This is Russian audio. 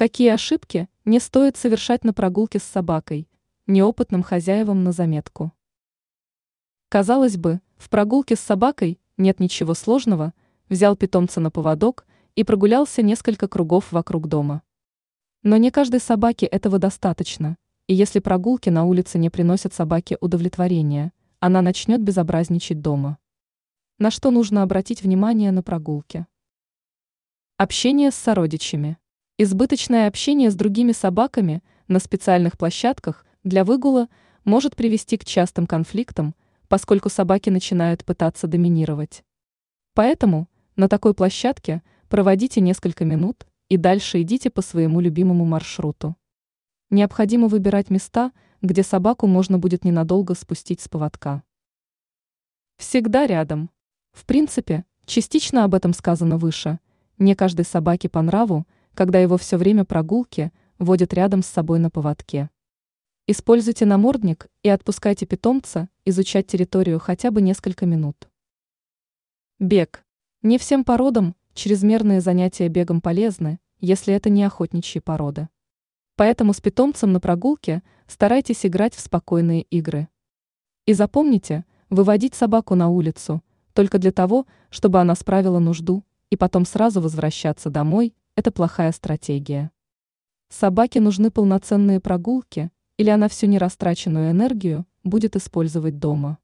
Какие ошибки не стоит совершать на прогулке с собакой, неопытным хозяевам на заметку? Казалось бы, в прогулке с собакой нет ничего сложного, взял питомца на поводок и прогулялся несколько кругов вокруг дома. Но не каждой собаке этого достаточно, и если прогулки на улице не приносят собаке удовлетворения, она начнет безобразничать дома. На что нужно обратить внимание на прогулке? Общение с сородичами. Избыточное общение с другими собаками на специальных площадках для выгула может привести к частым конфликтам, поскольку собаки начинают пытаться доминировать. Поэтому на такой площадке проводите несколько минут и дальше идите по своему любимому маршруту. Необходимо выбирать места, где собаку можно будет ненадолго спустить с поводка. Всегда рядом. В принципе, частично об этом сказано выше. Не каждой собаке по нраву, когда его все время прогулки водят рядом с собой на поводке. Используйте намордник и отпускайте питомца изучать территорию хотя бы несколько минут. Бег. Не всем породам чрезмерные занятия бегом полезны, если это не охотничьи породы. Поэтому с питомцем на прогулке старайтесь играть в спокойные игры. И запомните, выводить собаку на улицу только для того, чтобы она справила нужду, и потом сразу возвращаться домой – это плохая стратегия. Собаке нужны полноценные прогулки, или она всю нерастраченную энергию будет использовать дома.